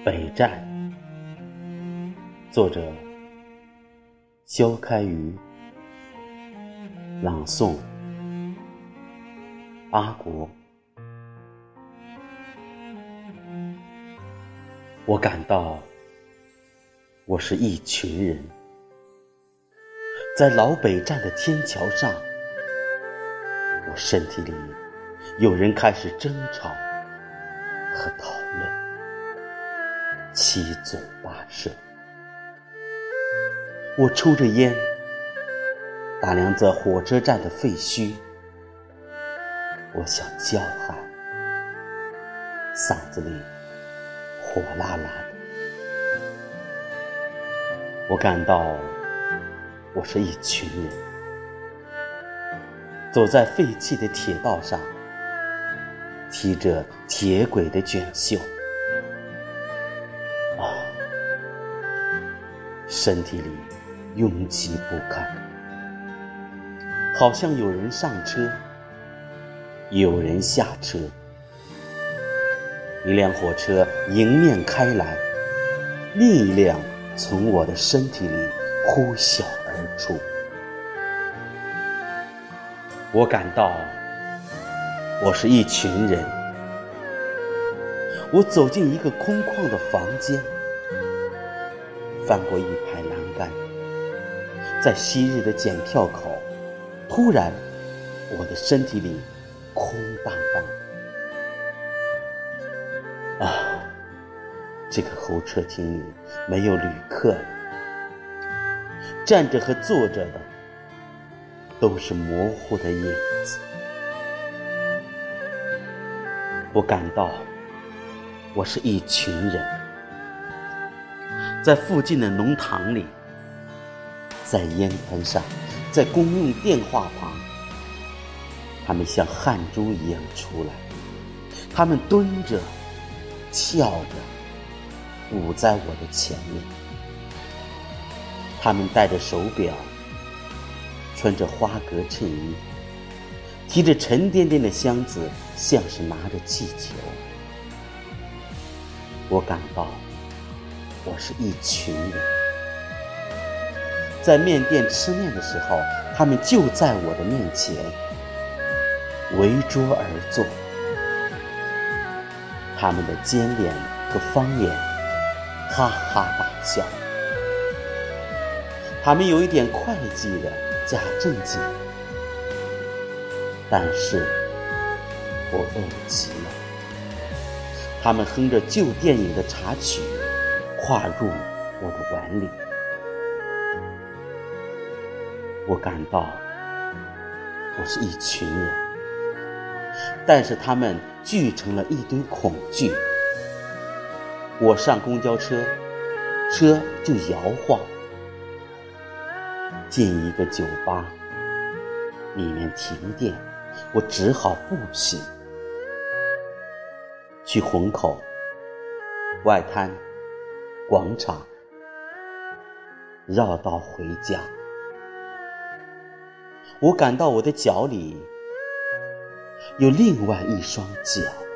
北站，作者肖开瑜，朗诵阿国。我感到我是一群人，在老北站的天桥上，我身体里有人开始争吵和讨论，七嘴八舌。我抽着烟，打量着火车站的废墟，我想叫喊，嗓子里火辣辣的。我感到我是一群人，走在废弃的铁道上，踢着铁轨的卷袖。身体里拥挤不堪，好像有人上车，有人下车。一辆火车迎面开来，另一辆从我的身体里呼啸而出。我感到我是一群人。我走进一个空旷的房间，翻过一排栏杆，在昔日的检票口，突然我的身体里空荡荡。这个候车厅里没有旅客了，站着和坐着的都是模糊的影子。我感到我是一群人，在附近的农堂里，在烟摊上，在公用电话旁，他们像汗珠一样出来，他们蹲着翘着堵在我的前面。他们戴着手表，穿着花格衬衣，提着沉甸甸的箱子，像是拿着气球。我感到我是一群人，在面店吃面的时候，他们就在我的面前围桌而坐，他们的尖脸和方脸哈哈大笑，他们有一点会计的假正经，但是我饿极了。他们哼着旧电影的插曲，跨入我的碗里。我感到我是一群人，但是他们聚成了一堆恐惧。我上公交车，车就摇晃。进一个酒吧，里面停电，我只好步行。去虹口、外滩、广场，绕道回家。我感到我的脚里有另外一双脚。